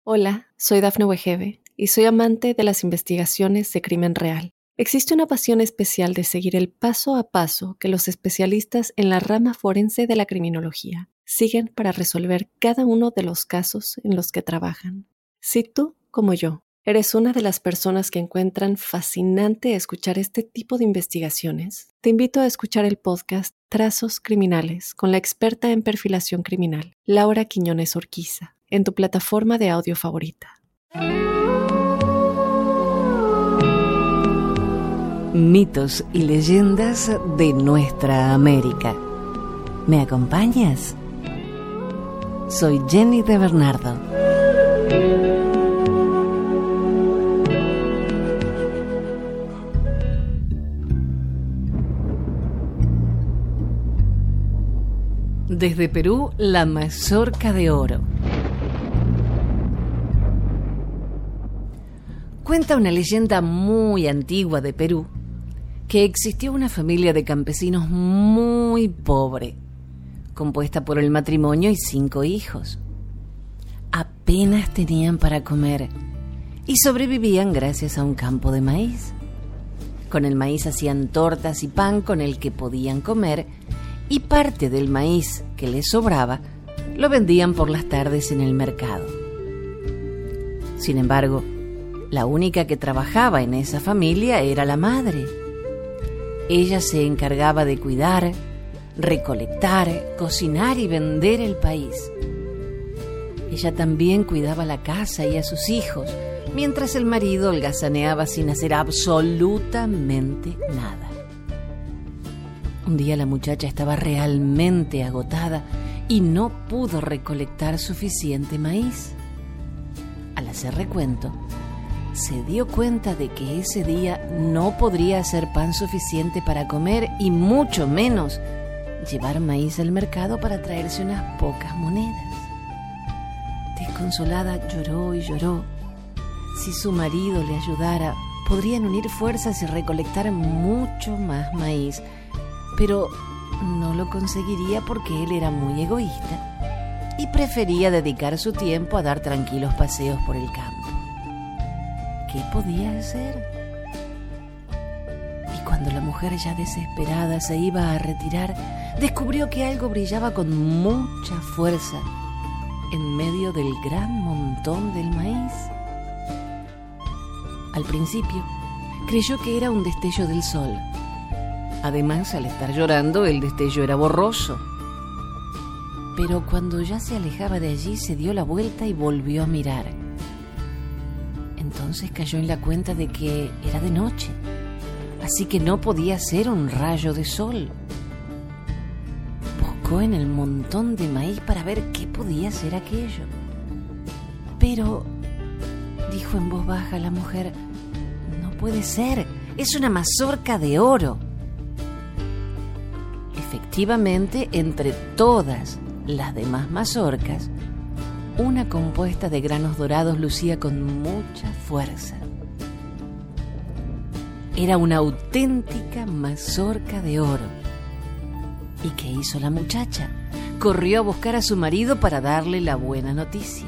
Hola, soy Dafne Wegebe y soy amante de las investigaciones de crimen real. Existe una pasión especial de seguir el paso a paso que los especialistas en la rama forense de la criminología siguen para resolver cada uno de los casos en los que trabajan. Si tú, como yo, eres una de las personas que encuentran fascinante escuchar este tipo de investigaciones, te invito a escuchar el podcast Trazos Criminales con la experta en perfilación criminal, Laura Quiñones Orquiza, en tu plataforma de audio favorita. Mitos y leyendas de nuestra América. ¿Me acompañas? Soy Jenny de Bernardo. Desde Perú, la mazorca de oro. Cuenta una leyenda muy antigua de Perú que existió una familia de campesinos muy pobre, compuesta por el matrimonio y 5 hijos. Apenas tenían para comer y sobrevivían gracias a un campo de maíz. Con el maíz hacían tortas y pan con el que podían comer, y parte del maíz que les sobraba lo vendían por las tardes en el mercado. Sin embargo, la única que trabajaba en esa familia era la madre. Ella se encargaba de cuidar, recolectar, cocinar y vender el país. Ella también cuidaba la casa y a sus hijos, mientras el marido holgazaneaba sin hacer absolutamente nada. Un día la muchacha estaba realmente agotada y no pudo recolectar suficiente maíz. Al hacer recuento, se dio cuenta de que ese día no podría hacer pan suficiente para comer y mucho menos llevar maíz al mercado para traerse unas pocas monedas. Desconsolada, lloró y lloró. Si su marido le ayudara, podrían unir fuerzas y recolectar mucho más maíz, pero no lo conseguiría porque él era muy egoísta y prefería dedicar su tiempo a dar tranquilos paseos por el campo. ¿Qué podía hacer? Y cuando la mujer, ya desesperada, se iba a retirar, descubrió que algo brillaba con mucha fuerza en medio del gran montón del maíz. Al principio, creyó que era un destello del sol. Además, al estar llorando, el destello era borroso. Pero cuando ya se alejaba de allí, se dio la vuelta y volvió a mirar. Entonces cayó en la cuenta de que era de noche, así que no podía ser un rayo de sol. Buscó en el montón de maíz para ver qué podía ser aquello. Pero, dijo en voz baja la mujer, no puede ser, es una mazorca de oro. Efectivamente, entre todas las demás mazorcas, una compuesta de granos dorados lucía con mucha fuerza. Era una auténtica mazorca de oro. ¿Y qué hizo la muchacha? Corrió a buscar a su marido para darle la buena noticia.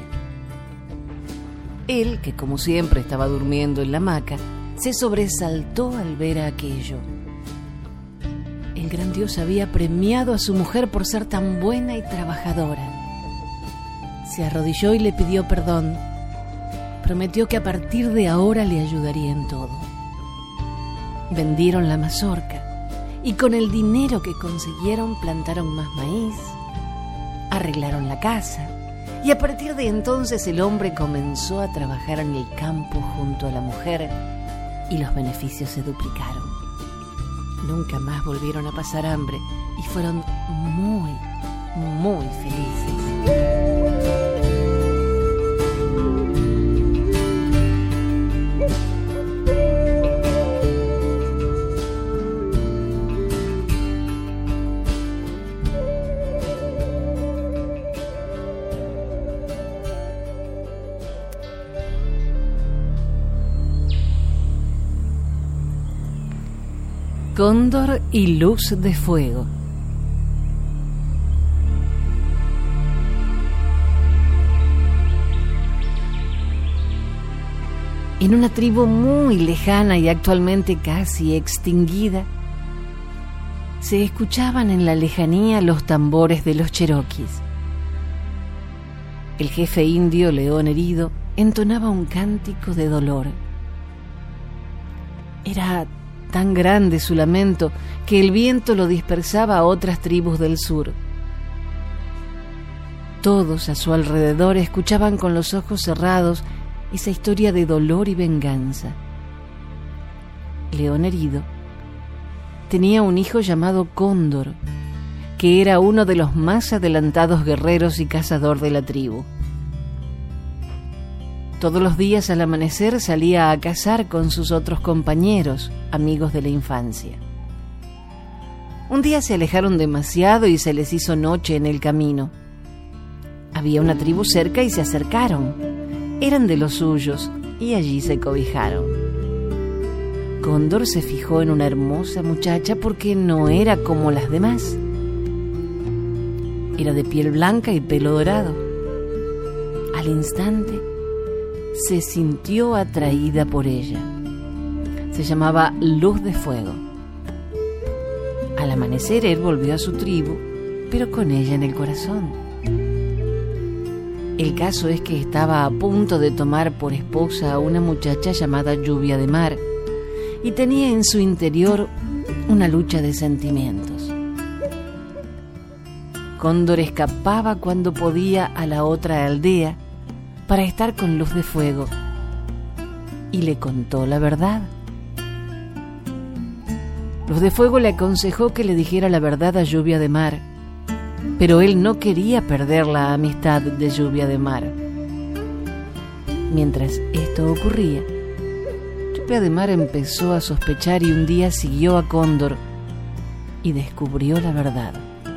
Él, que como siempre estaba durmiendo en la hamaca, se sobresaltó al ver aquello. El gran Dios había premiado a su mujer por ser tan buena y trabajadora. Se arrodilló y le pidió perdón. Prometió que a partir de ahora le ayudaría en todo. Vendieron la mazorca y con el dinero que consiguieron plantaron más maíz, arreglaron la casa y a partir de entonces el hombre comenzó a trabajar en el campo junto a la mujer y los beneficios se duplicaron. Nunca más volvieron a pasar hambre y fueron muy, muy felices. Cóndor y luz de fuego. En una tribu muy lejana y actualmente casi extinguida, se escuchaban en la lejanía los tambores de los cheroquis. El jefe indio, León Herido, entonaba un cántico de dolor. Era tan grande su lamento que el viento lo dispersaba a otras tribus del sur. Todos a su alrededor escuchaban con los ojos cerrados esa historia de dolor y venganza. León Herido tenía un hijo llamado Cóndor, que era uno de los más adelantados guerreros y cazador de la tribu. Todos los días al amanecer salía a cazar con sus otros compañeros, amigos de la infancia. Un día se alejaron demasiado y se les hizo noche en el camino. Había una tribu cerca y se acercaron. Eran de los suyos y allí se cobijaron. Cóndor se fijó en una hermosa muchacha porque no era como las demás. Era de piel blanca y pelo dorado. Al instante se sintió atraída por ella. Se llamaba Luz de Fuego. Al amanecer él volvió a su tribu, pero con ella en el corazón. El caso es que estaba a punto de tomar por esposa a una muchacha llamada Lluvia de Mar y tenía en su interior una lucha de sentimientos. Cóndor escapaba cuando podía a la otra aldea para estar con Luz de Fuego y le contó la verdad. Luz de Fuego le aconsejó que le dijera la verdad a Lluvia de Mar, pero él no quería perder la amistad de Lluvia de Mar. Mientras esto ocurría, Lluvia de Mar empezó a sospechar y un día siguió a Cóndor y descubrió la verdad.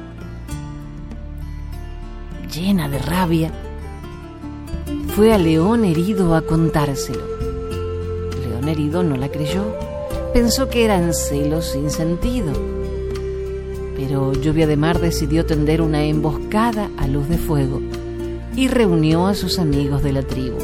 Llena de rabia, fue a León Herido a contárselo. León Herido no la creyó, pensó que eran celos sin sentido. Pero Lluvia de Mar decidió tender una emboscada a Luz de Fuego y reunió a sus amigos de la tribu.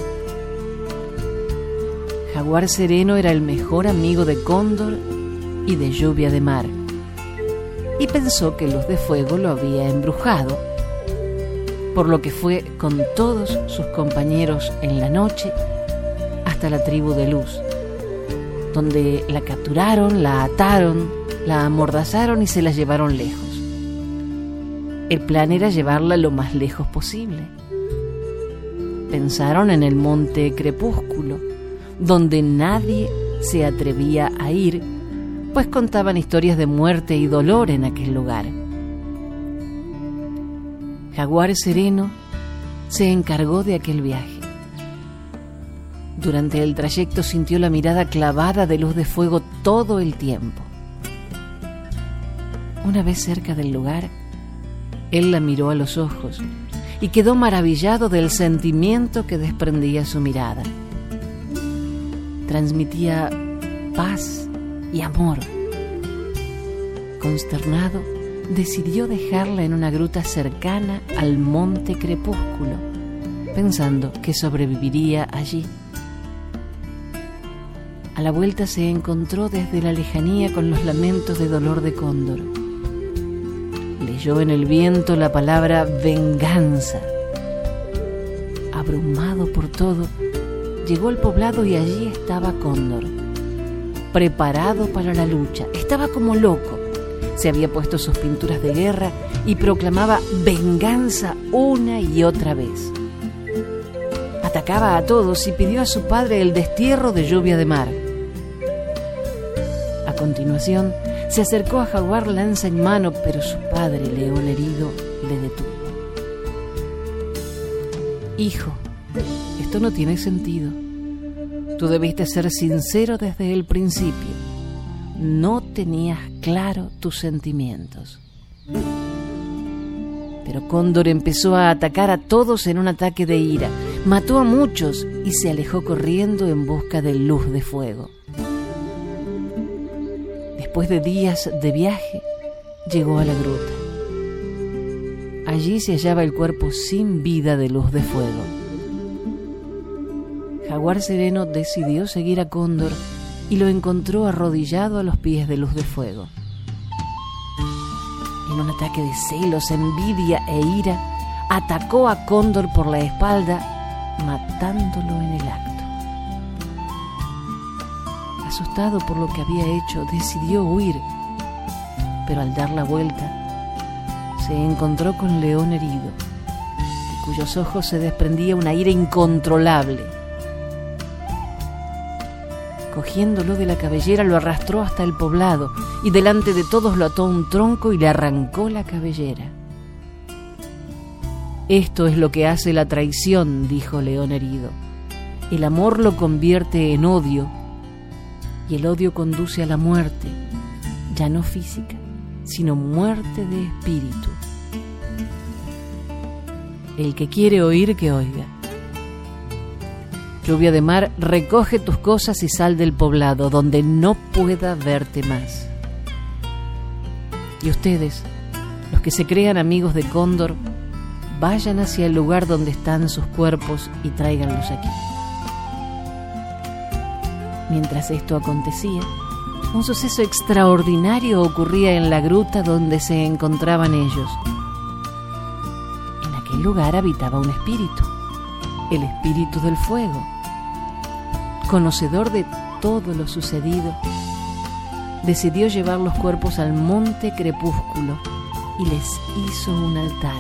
Jaguar Sereno era el mejor amigo de Cóndor y de Lluvia de Mar, y pensó que Luz de Fuego lo había embrujado, por lo que fue con todos sus compañeros en la noche hasta la tribu de Luz, donde la capturaron, la ataron, la amordazaron y se la llevaron lejos. El plan era llevarla lo más lejos posible. Pensaron en el monte Crepúsculo, donde nadie se atrevía a ir, pues contaban historias de muerte y dolor en aquel lugar. Jaguar Sereno se encargó de aquel viaje. Durante el trayecto sintió la mirada clavada de Luz de Fuego todo el tiempo. Una vez cerca del lugar, él la miró a los ojos y quedó maravillado del sentimiento que desprendía su mirada. Transmitía paz y amor. Consternado, decidió dejarla en una gruta cercana al monte Crepúsculo, pensando que sobreviviría allí. A la vuelta se encontró desde la lejanía con los lamentos de dolor de Cóndor. Leyó en el viento la palabra venganza. Abrumado por todo, llegó al poblado y allí estaba Cóndor, preparado para la lucha. Estaba como loco. Se había puesto sus pinturas de guerra y proclamaba venganza una y otra vez. Atacaba a todos y pidió a su padre el destierro de Lluvia de Mar. A continuación, se acercó a Jaguar lanza en mano, pero su padre, León Herido, le detuvo. Hijo, esto no tiene sentido. Tú debiste ser sincero desde el principio. No tenías claro tus sentimientos. Pero Cóndor empezó a atacar a todos en un ataque de ira. Mató a muchos y se alejó corriendo en busca de Luz de Fuego. Después de días de viaje, llegó a la gruta. Allí se hallaba el cuerpo sin vida de Luz de Fuego. Jaguar Sereno decidió seguir a Cóndor y lo encontró arrodillado a los pies de Luz de Fuego. En un ataque de celos, envidia e ira, atacó a Cóndor por la espalda, matándolo en el acto. Asustado por lo que había hecho, decidió huir, pero al dar la vuelta, se encontró con León herido, de cuyos ojos se desprendía una ira incontrolable. Cogiéndolo de la cabellera, lo arrastró hasta el poblado y delante de todos lo ató a un tronco y le arrancó la cabellera. «Esto es lo que hace la traición», dijo León herido. «El amor lo convierte en odio y el odio conduce a la muerte, ya no física, sino muerte de espíritu. El que quiere oír, que oiga. Lluvia de mar, recoge tus cosas y sal del poblado, donde no pueda verte más. Y ustedes, los que se crean amigos de Cóndor, vayan hacia el lugar donde están sus cuerpos y tráiganlos aquí». Mientras esto acontecía, un suceso extraordinario ocurría en la gruta donde se encontraban ellos. En aquel lugar habitaba un espíritu, el espíritu del fuego. Conocedor de todo lo sucedido, decidió llevar los cuerpos al monte Crepúsculo y les hizo un altar.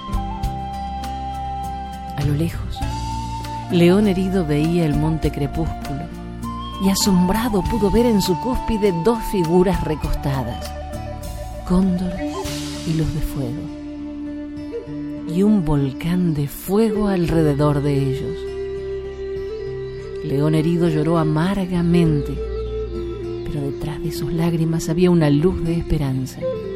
A lo lejos, León herido veía el monte Crepúsculo y asombrado pudo ver en su cúspide dos figuras recostadas, Cóndor y Luz de Fuego, y un volcán de fuego alrededor de ellos. León herido lloró amargamente, pero detrás de sus lágrimas había una luz de esperanza.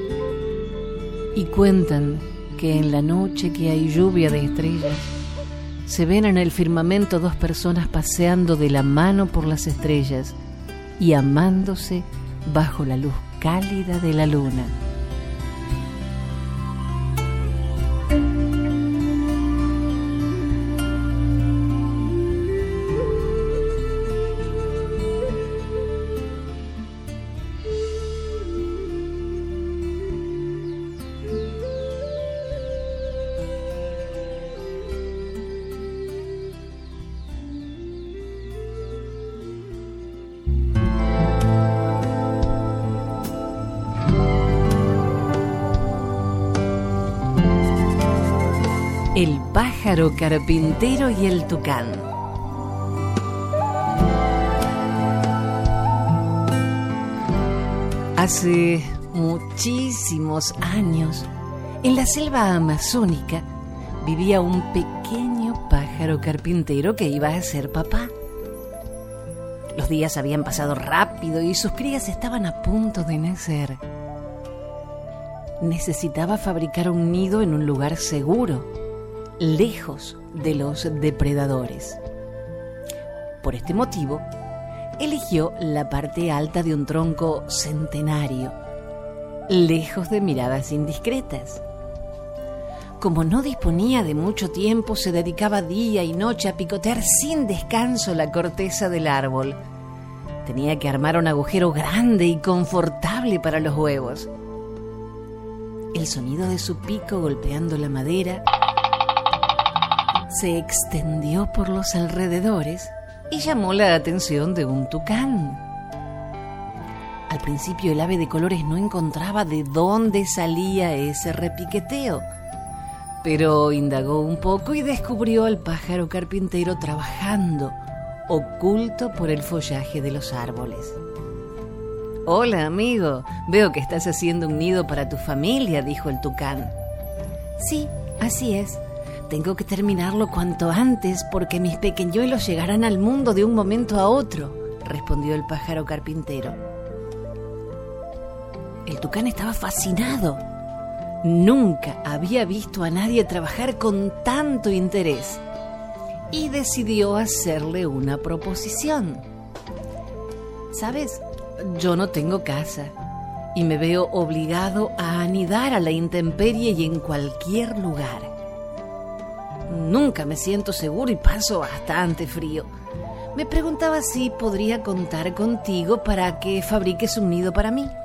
Y cuentan que en la noche que hay lluvia de estrellas, se ven en el firmamento dos personas paseando de la mano por las estrellas y amándose bajo la luz cálida de la luna. El pájaro carpintero y el tucán. Hace muchísimos años, en la selva amazónica, vivía un pequeño pájaro carpintero que iba a ser papá. Los días habían pasado rápido y sus crías estaban a punto de nacer. Necesitaba fabricar un nido en un lugar seguro, lejos de los depredadores. Por este motivo, eligió la parte alta de un tronco centenario, lejos de miradas indiscretas. Como no disponía de mucho tiempo, se dedicaba día y noche a picotear sin descanso la corteza del árbol. Tenía que armar un agujero grande y confortable para los huevos. El sonido de su pico golpeando la madera se extendió por los alrededores y llamó la atención de un tucán. Al principio el ave de colores no encontraba de dónde salía ese repiqueteo, pero indagó un poco y descubrió al pájaro carpintero trabajando, oculto por el follaje de los árboles. «Hola, amigo, veo que estás haciendo un nido para tu familia», dijo el tucán. «Sí, así es. Tengo que terminarlo cuanto antes porque mis pequeñuelos llegarán al mundo de un momento a otro», respondió el pájaro carpintero. El tucán estaba fascinado. Nunca había visto a nadie trabajar con tanto interés y decidió hacerle una proposición. «¿Sabes? Yo no tengo casa y me veo obligado a anidar a la intemperie y en cualquier lugar. nunca me siento seguro y paso bastante frío. Me preguntaba si podría contar contigo para que fabriques un nido para mí.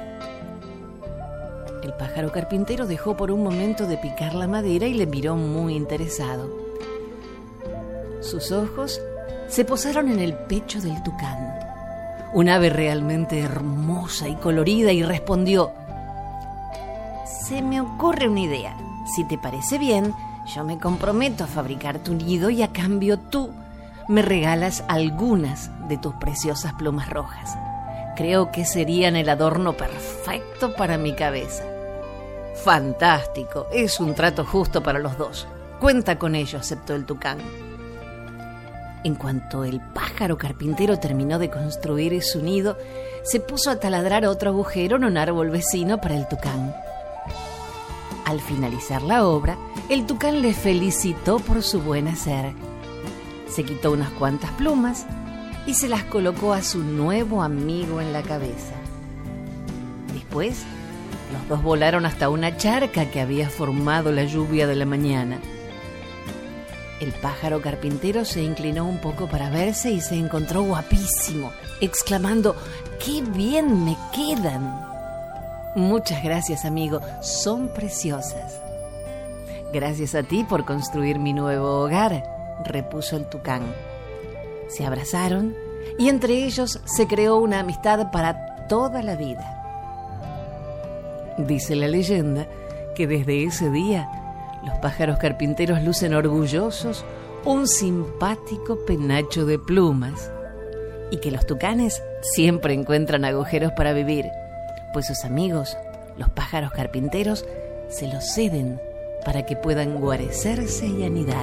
El pájaro carpintero dejó por un momento de picar la madera y le miró muy interesado. Sus ojos se posaron en el pecho del tucán, un ave realmente hermosa y colorida, y respondió: se me ocurre una idea. Si te parece bien, yo me comprometo a fabricar tu nido y a cambio tú me regalas algunas de tus preciosas plumas rojas. Creo que serían el adorno perfecto para mi cabeza. Fantástico, es un trato justo para los dos. Cuenta con ello, aceptó el tucán. En cuanto el pájaro carpintero terminó de construir su nido, se puso a taladrar otro agujero en un árbol vecino para el tucán. Al finalizar la obra, el tucán le felicitó por su buen hacer. Se quitó unas cuantas plumas y se las colocó a su nuevo amigo en la cabeza. Después, los dos volaron hasta una charca que había formado la lluvia de la mañana. El pájaro carpintero se inclinó un poco para verse y se encontró guapísimo, exclamando: ¡qué bien me quedan! Muchas gracias, amigo, son preciosas. Gracias a ti por construir mi nuevo hogar, repuso el tucán. Se abrazaron y entre ellos se creó una amistad para toda la vida. Dice la leyenda que desde ese día los pájaros carpinteros lucen orgullosos un simpático penacho de plumas y que los tucanes siempre encuentran agujeros para vivir, pues sus amigos, los pájaros carpinteros, se los ceden para que puedan guarecerse y anidar.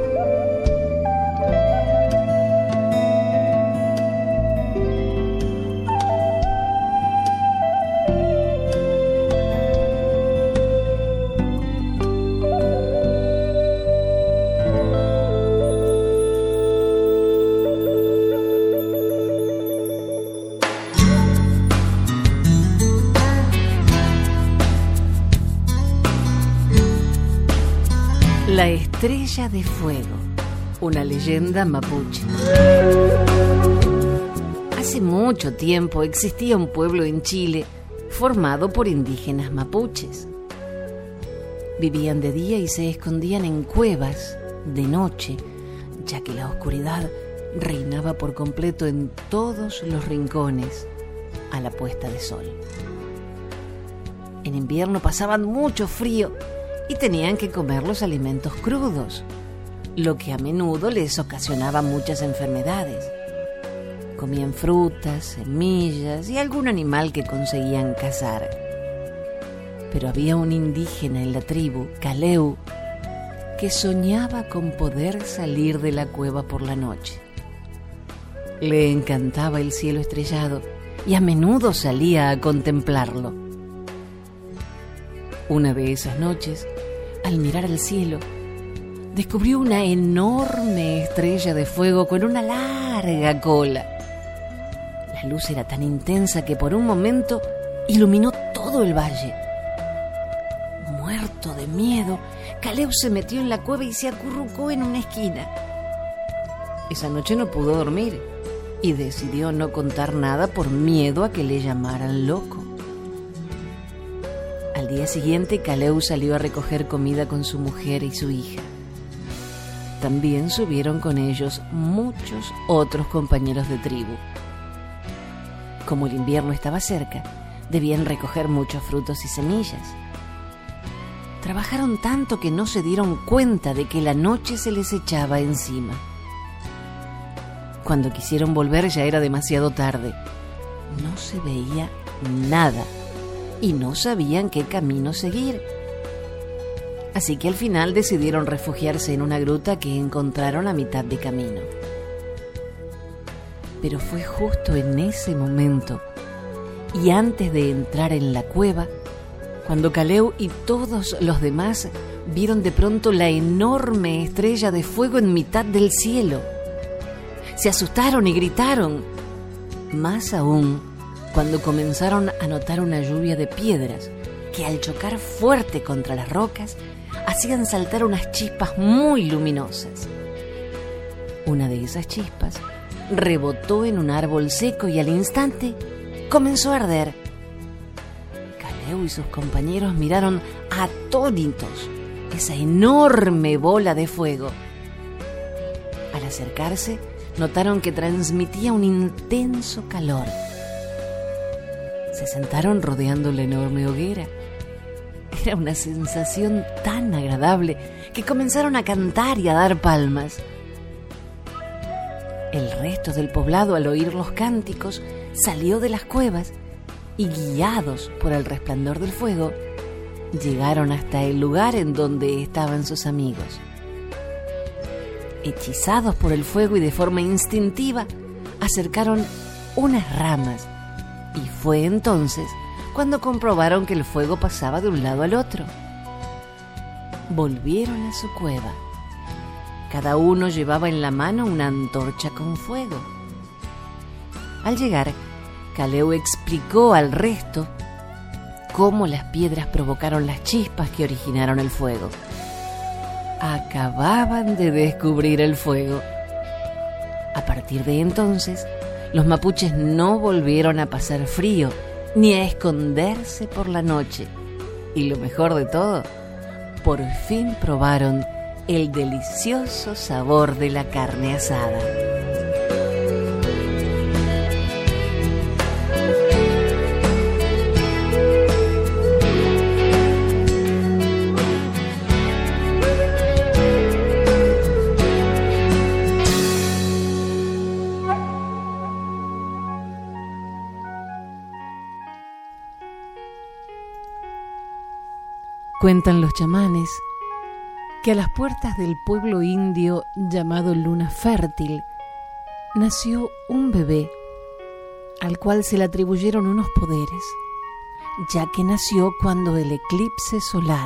La estrella de fuego, una leyenda mapuche. Hace mucho tiempo existía un pueblo en Chile formado por indígenas mapuches. Vivían de día y se escondían en cuevas de noche, ya que la oscuridad reinaba por completo en todos los rincones a la puesta de sol. En invierno pasaban mucho frío y tenían que comer los alimentos crudos, lo que a menudo les ocasionaba muchas enfermedades. Comían frutas, semillas y algún animal que conseguían cazar. Pero había un indígena en la tribu, Caleu, que soñaba con poder salir de la cueva por la noche. Le encantaba el cielo estrellado y a menudo salía a contemplarlo. Una de esas noches, al mirar al cielo, descubrió una enorme estrella de fuego con una larga cola. La luz era tan intensa que por un momento iluminó todo el valle. Muerto de miedo, Caleu se metió en la cueva y se acurrucó en una esquina. Esa noche no pudo dormir y decidió no contar nada por miedo a que le llamaran loco. Al día siguiente, Caleu salió a recoger comida con su mujer y su hija. También subieron con ellos muchos otros compañeros de tribu. Como el invierno estaba cerca, debían recoger muchos frutos y semillas. Trabajaron tanto que no se dieron cuenta de que la noche se les echaba encima. Cuando quisieron volver ya era demasiado tarde. No se veía nada y no sabían qué camino seguir. Así que al final decidieron refugiarse en una gruta que encontraron a mitad de camino. Pero fue justo en ese momento, y antes de entrar en la cueva, cuando Caleu y todos los demás vieron de pronto la enorme estrella de fuego en mitad del cielo. Se asustaron y gritaron. Más aún, cuando comenzaron a notar una lluvia de piedras que al chocar fuerte contra las rocas hacían saltar unas chispas muy luminosas. Una de esas chispas rebotó en un árbol seco y al instante comenzó a arder. Caleu y sus compañeros miraron atónitos esa enorme bola de fuego. Al acercarse, notaron que transmitía un intenso calor. Se sentaron rodeando la enorme hoguera. Era una sensación tan agradable que comenzaron a cantar y a dar palmas. El resto del poblado, al oír los cánticos, salió de las cuevas y, guiados por el resplandor del fuego, llegaron hasta el lugar en donde estaban sus amigos. Hechizados por el fuego y de forma instintiva, acercaron unas ramas y fue entonces cuando comprobaron que el fuego pasaba de un lado al otro. Volvieron a su cueva. Cada uno llevaba en la mano una antorcha con fuego. Al llegar, Caleu explicó al resto cómo las piedras provocaron las chispas que originaron el fuego. Acababan de descubrir el fuego. A partir de entonces, los mapuches no volvieron a pasar frío ni a esconderse por la noche. Y lo mejor de todo, por fin probaron el delicioso sabor de la carne asada. Cuentan los chamanes que a las puertas del pueblo indio llamado Luna Fértil nació un bebé al cual se le atribuyeron unos poderes, ya que nació cuando el eclipse solar.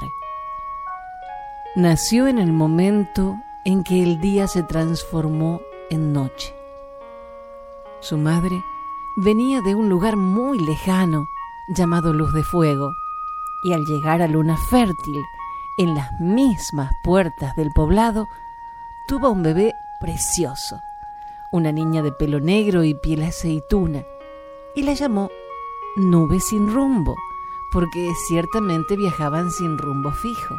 Nació en el momento en que el día se transformó en noche. Su madre venía de un lugar muy lejano llamado Luz de Fuego, y al llegar a Luna Fértil, en las mismas puertas del poblado, tuvo un bebé precioso, una niña de pelo negro y piel aceituna, y la llamó Nube sin rumbo, porque ciertamente viajaban sin rumbo fijo.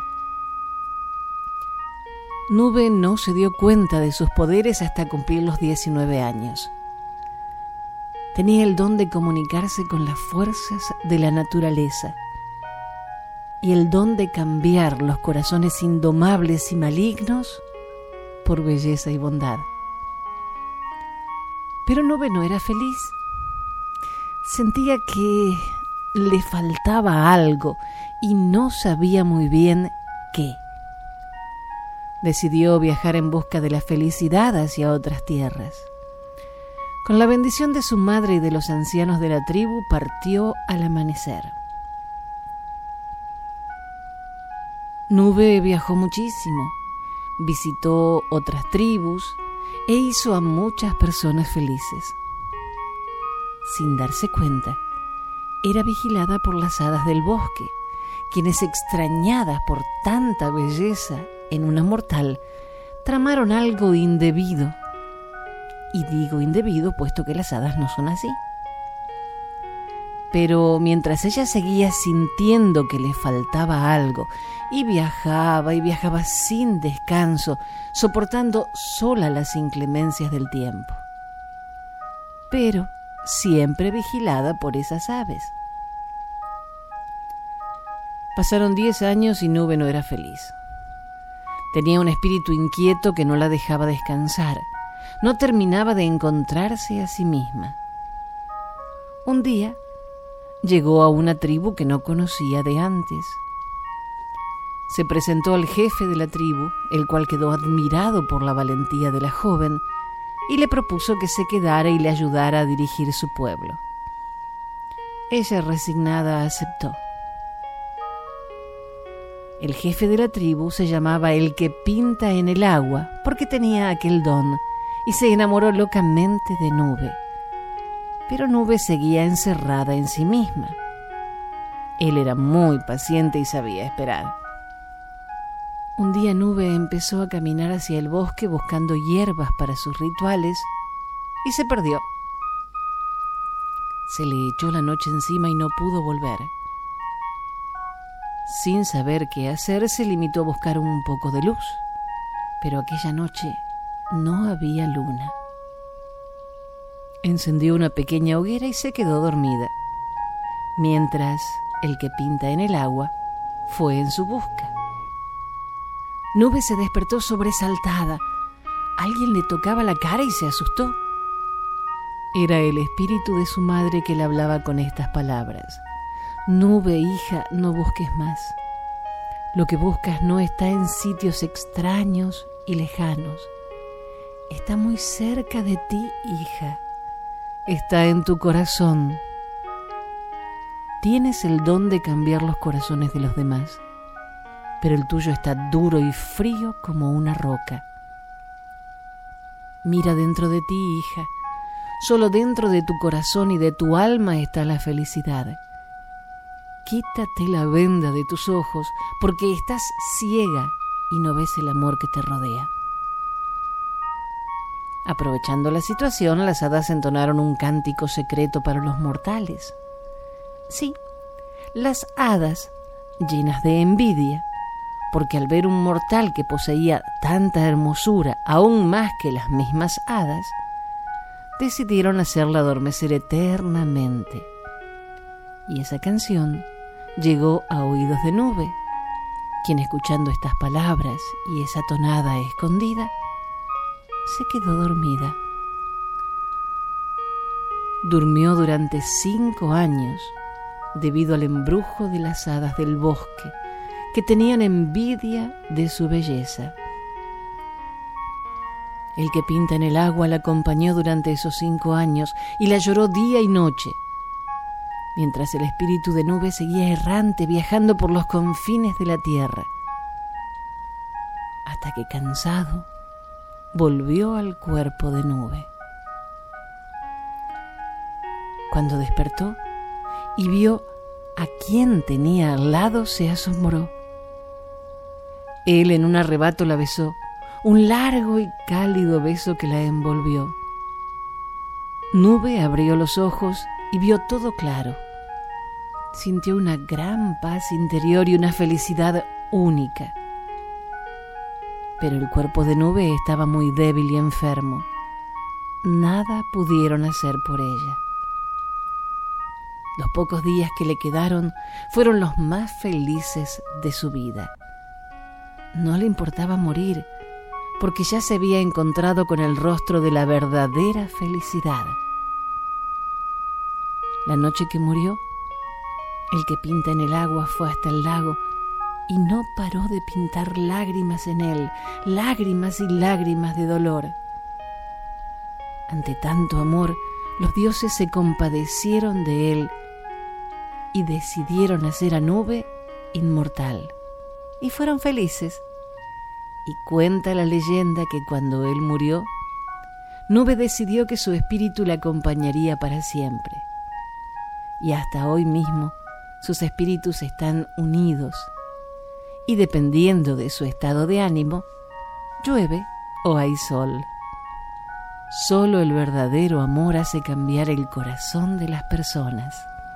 Nube no se dio cuenta de sus poderes hasta cumplir los 19 años. Tenía el don de comunicarse con las fuerzas de la naturaleza y el don de cambiar los corazones indomables y malignos por belleza y bondad. Pero Nube no era feliz. Sentía que le faltaba algo y no sabía muy bien qué. Decidió viajar en busca de la felicidad hacia otras tierras. Con la bendición de su madre y de los ancianos de la tribu, partió al amanecer. Nube viajó muchísimo, visitó otras tribus e hizo a muchas personas felices. Sin darse cuenta, era vigilada por las hadas del bosque, quienes, extrañadas por tanta belleza en una mortal, tramaron algo indebido. Y digo indebido puesto que las hadas no son así. Pero mientras ella seguía sintiendo que le faltaba algo, y viajaba sin descanso, soportando sola las inclemencias del tiempo, pero siempre vigilada por esas aves. Pasaron 10 años y Nube no era feliz. Tenía un espíritu inquieto que no la dejaba descansar. No terminaba de encontrarse a sí misma. Un día llegó a una tribu que no conocía de antes. Se presentó al jefe de la tribu, el cual quedó admirado por la valentía de la joven y le propuso que se quedara y le ayudara a dirigir su pueblo. Ella, resignada, aceptó. El jefe de la tribu se llamaba el que pinta en el agua porque tenía aquel don y se enamoró locamente de Nube. Pero Nube seguía encerrada en sí misma. Él era muy paciente y sabía esperar. Un día Nube empezó a caminar hacia el bosque buscando hierbas para sus rituales y se perdió. Se le echó la noche encima y no pudo volver. Sin saber qué hacer, se limitó a buscar un poco de luz, pero aquella noche no había luna. Encendió una pequeña hoguera y se quedó dormida, mientras el que pinta en el agua fue en su busca. Nube se despertó sobresaltada. Alguien le tocaba la cara y se asustó. Era el espíritu de su madre que le hablaba con estas palabras: Nube, hija, no busques más. Lo que buscas no está en sitios extraños y lejanos. Está muy cerca de ti, hija. Está en tu corazón. Tienes el don de cambiar los corazones de los demás, pero el tuyo está duro y frío como una roca. Mira dentro de ti, hija. Solo dentro de tu corazón y de tu alma está la felicidad. Quítate la venda de tus ojos, porque estás ciega y no ves el amor que te rodea. Aprovechando la situación, las hadas entonaron un cántico secreto para los mortales. Sí, las hadas, llenas de envidia, porque al ver un mortal que poseía tanta hermosura, aún más que las mismas hadas, decidieron hacerla adormecer eternamente. Y esa canción llegó a oídos de Nube, quien, escuchando estas palabras y esa tonada escondida, se quedó dormida. Durmió durante 5 años debido al embrujo de las hadas del bosque, que tenían envidia de su belleza. El que pinta en el agua la acompañó durante esos 5 años y la lloró día y noche, mientras el espíritu de Nube seguía errante, viajando por los confines de la tierra, hasta que, cansado, volvió al cuerpo de Nube. Cuando despertó y vio a quien tenía al lado, se asombró. Él en un arrebato la besó, un largo y cálido beso que la envolvió. Nube abrió los ojos y vio todo claro. Sintió una gran paz interior y una felicidad única. Pero el cuerpo de Nube estaba muy débil y enfermo. Nada pudieron hacer por ella. Los pocos días que le quedaron fueron los más felices de su vida. No le importaba morir, porque ya se había encontrado con el rostro de la verdadera felicidad. La noche que murió, el que pinta en el agua fue hasta el lago y no paró de pintar lágrimas en él, lágrimas y lágrimas de dolor. Ante tanto amor, los dioses se compadecieron de él y decidieron hacer a Nube inmortal. Y fueron felices. Y cuenta la leyenda que cuando él murió, Nube decidió que su espíritu le acompañaría para siempre. Y hasta hoy mismo sus espíritus están unidos. Y dependiendo de su estado de ánimo, llueve o hay sol. Solo el verdadero amor hace cambiar el corazón de las personas.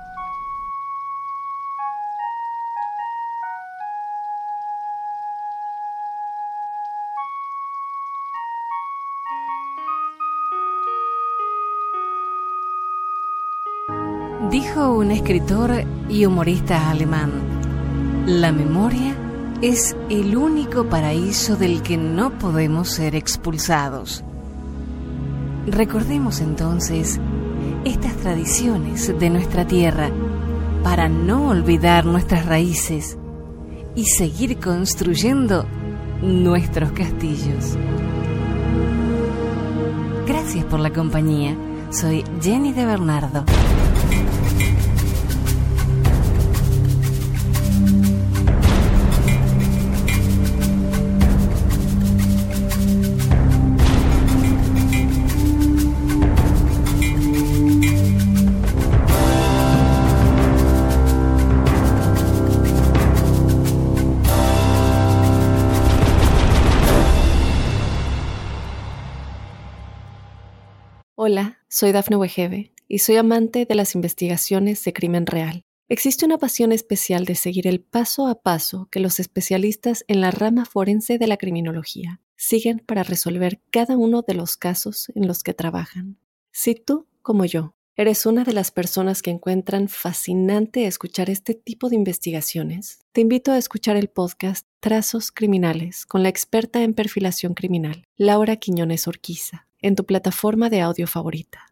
Dijo un escritor y humorista alemán: la memoria es el único paraíso del que no podemos ser expulsados. Recordemos entonces estas tradiciones de nuestra tierra para no olvidar nuestras raíces y seguir construyendo nuestros castillos. Gracias por la compañía. Soy Jenny de Bernardo. Hola, soy Dafne Wegebe y soy amante de las investigaciones de crimen real. Existe una pasión especial de seguir el paso a paso que los especialistas en la rama forense de la criminología siguen para resolver cada uno de los casos en los que trabajan. Si tú, como yo, eres una de las personas que encuentran fascinante escuchar este tipo de investigaciones, te invito a escuchar el podcast Trazos Criminales con la experta en perfilación criminal, Laura Quiñones Orquiza, en tu plataforma de audio favorita.